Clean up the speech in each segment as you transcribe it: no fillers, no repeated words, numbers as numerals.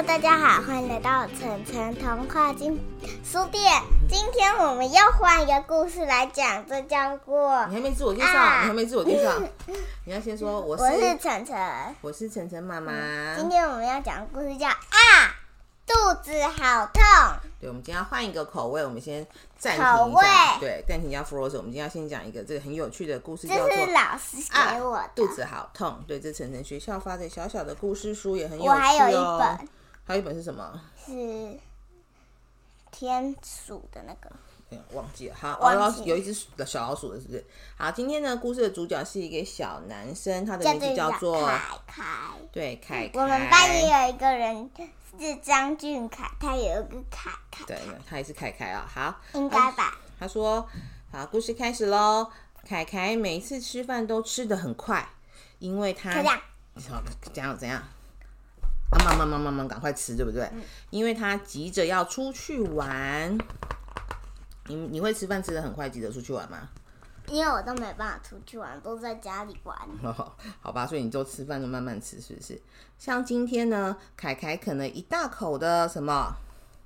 大家好，欢迎来到晨晨童话书店。今天我们要换一个故事来讲，这叫做…… 你还没自我介绍，你要先说我是晨晨， 我是晨晨妈妈。 今天我们要讲的故事叫肚子好痛。 对，我们今天要换一个口味，我们先暂停一下。 对，暂停一下 Frozen。我们今天要先讲一个这个很有趣的故事，叫做这是老师给我的。 肚子好痛。对，这晨晨学校发的小小的故事书也很有趣我还有一本， 还有一本是什么？ 是天鼠的那个。 忘记了，好，有一只小老鼠的，是不是？好，今天呢，故事的主角是一个小男生，他的名字叫做凯凯。 对，凯凯。 我们班也有一个人是张俊凯，他也有个凯凯。 对，他也是凯凯啊。好， 应该吧。 他说：“好，故事开始喽。凯凯每次吃饭都吃得很快，因为他怎样？慢，赶快吃，对不对？因为他急着要出去玩。”你会吃饭吃得很快，急着出去玩吗？ 因为我都没办法出去玩，都在家里玩。 好吧，所以你就吃饭就慢慢吃，是不是？像今天呢，凯凯啃了一大口的什么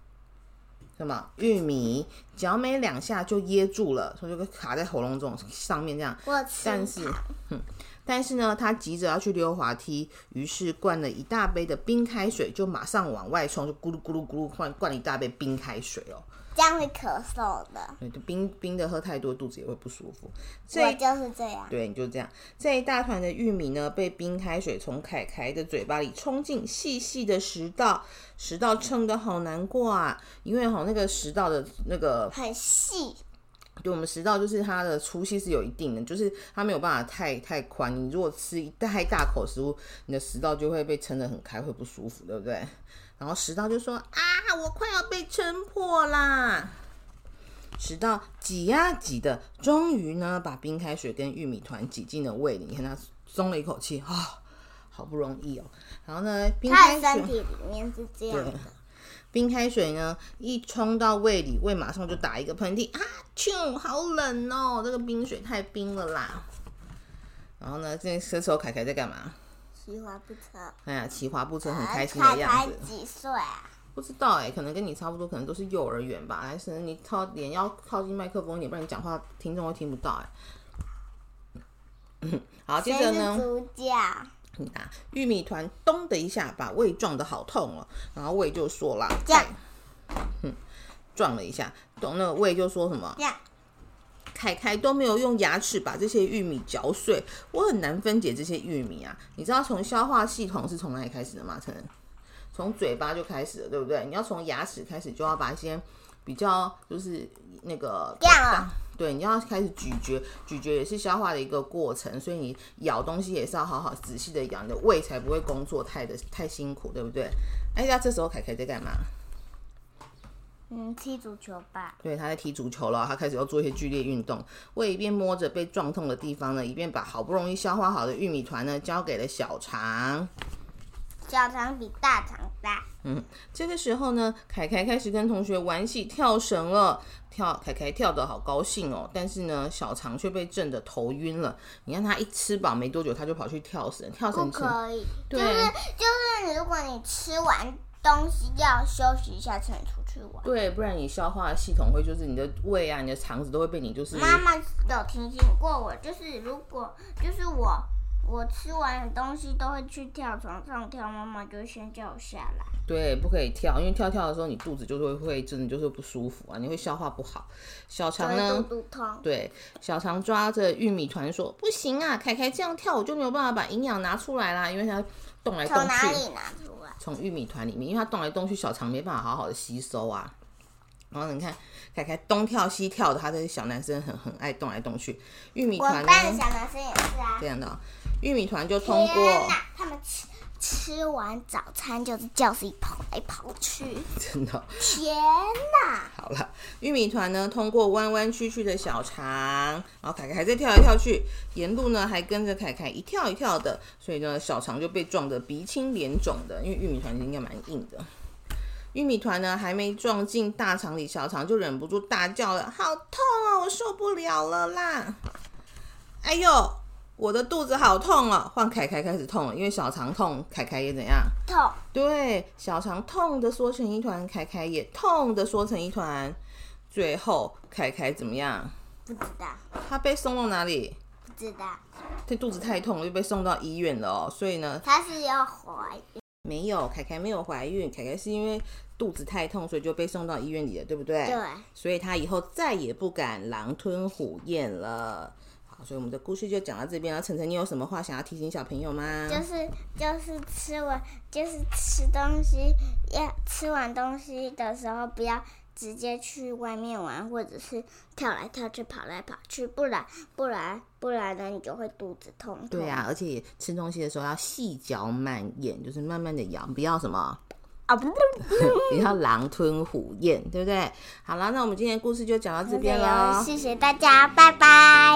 玉米，嚼没2下就噎住了，所以就卡在喉咙上面这样。但是呢，他急着要去溜滑梯，于是灌了一大杯的冰开水，就马上往外冲，就咕噜咕噜咕噜灌了一大杯冰开水哦。 这样会咳嗽的。 对，冰的喝太多，肚子也会不舒服。 我就是这样。 对，你就这样。这一大团的玉米呢，被冰开水从凯凯的嘴巴里冲进细细的食道，食道撑得好难过啊！因为那个食道的那个很细。 对，我们食道就是它的粗细是有一定的，就是它没有办法太宽。你如果吃太大口食物，你的食道就会被撑得很开，会不舒服，对不对？然后食道就说我快要被撑破啦！食道挤呀挤的，终于呢把冰开水跟玉米团挤进了胃里。你看他松了一口气好不容易哦。然后呢，冰开水他的身体里面是这样的。 冰开水呢一冲到胃里，胃马上就打一个喷嚏好冷哦！这个冰水太冰了啦。然后呢，这时候凯凯在干嘛？ 骑滑步车。 骑滑步车很开心的样子。 凯凯几岁啊？ 不知道可能跟你差不多，可能都是幼儿园吧。还是你脸要靠近麦克风一点，不然你讲话听众会听不到好，接着呢， 谁是主角？ 玉米团咚的一下把胃撞得好痛哦，然后胃就说啦，撞了一下，那个胃就说什么？凯凯都没有用牙齿把这些玉米嚼碎，我很难分解这些玉米啊。你知道从消化系统是从哪里开始的吗？从嘴巴就开始了，对不对？你要从牙齿开始，就要把一些比较就是那个对，你要开始咀嚼，咀嚼也是消化的一个过程，所以你咬东西也是要好好仔细的咬，你的胃才不会工作太辛苦，对不对？那这时候凯凯在干嘛？ 踢足球吧。 对，他在踢足球了，他开始要做一些剧烈运动。胃一边摸着被撞痛的地方呢，一边把好不容易消化好的玉米团呢交给了小肠。 小肠比大肠大。 这个时候呢，凯凯开始跟同学玩起跳绳了。凯凯跳得好高兴哦，但是呢，小肠却被震得头晕了。你看他一吃饱没多久，他就跑去跳绳。 不可以。 对， 就是如果你吃完东西要休息一下才能出去玩。 对，不然你消化系统会就是你的胃你的肠子都会被你就是。 妈妈有提醒过我，就是如果就是我吃完的东西都会去跳床上跳，妈妈就先叫我下来。 对，不可以跳，因为跳的时候你肚子就会真的就是不舒服你会消化不好。小肠呢， 肚痛。 对，小肠抓着玉米团说：“不行啊，凯凯这样跳我就没有办法把营养拿出来啦，因为他动来动去。” 从哪里拿出来？ 从玉米团里面，因为他动来动去，小肠没办法好好的吸收啊。然后你看，凯凯东跳西跳的，他的小男生很爱动来动去。玉米团呢？ 我班的小男生也是啊。 这样的玉米团就通过。 他们吃完早餐就是教室里跑来跑去。 真的。 天哪！ 好了，玉米团呢通过弯弯曲曲的小肠，然后凯凯还在跳来跳去，沿路呢还跟着凯凯一跳一跳的，所以呢小肠就被撞得鼻青脸肿的，因为玉米团应该蛮硬的。玉米团呢还没撞进大肠里，小肠就忍不住大叫了：“好痛哦，我受不了了啦！”哎呦， 我的肚子好痛哦，换凯凯开始痛了，因为小肠痛，凯凯也怎样？ 痛。 对，小肠痛的缩成一团，凯凯也痛的缩成一团，最后凯凯怎么样？ 不知道。 他被送到哪里？ 不知道。 他肚子太痛了，就被送到医院了哦。所以呢， 他是要怀孕？ 没有，凯凯没有怀孕，凯凯是因为肚子太痛，所以就被送到医院里了，对不对？ 对。 所以他以后再也不敢狼吞虎咽了。好，所以我们的故事就讲到这边了。晨晨，你有什么话想要提醒小朋友吗？ 就是吃完，就是吃东西，吃完东西的时候不要直接去外面玩，或者是跳来跳去、跑来跑去，不然呢你就会肚子痛。 对啊，而且吃东西的时候要细嚼慢咽，就是慢慢的咬，不要什么不要狼吞虎咽，对不对？好了，那我们今天的故事就讲到这边了， 谢谢大家，拜拜。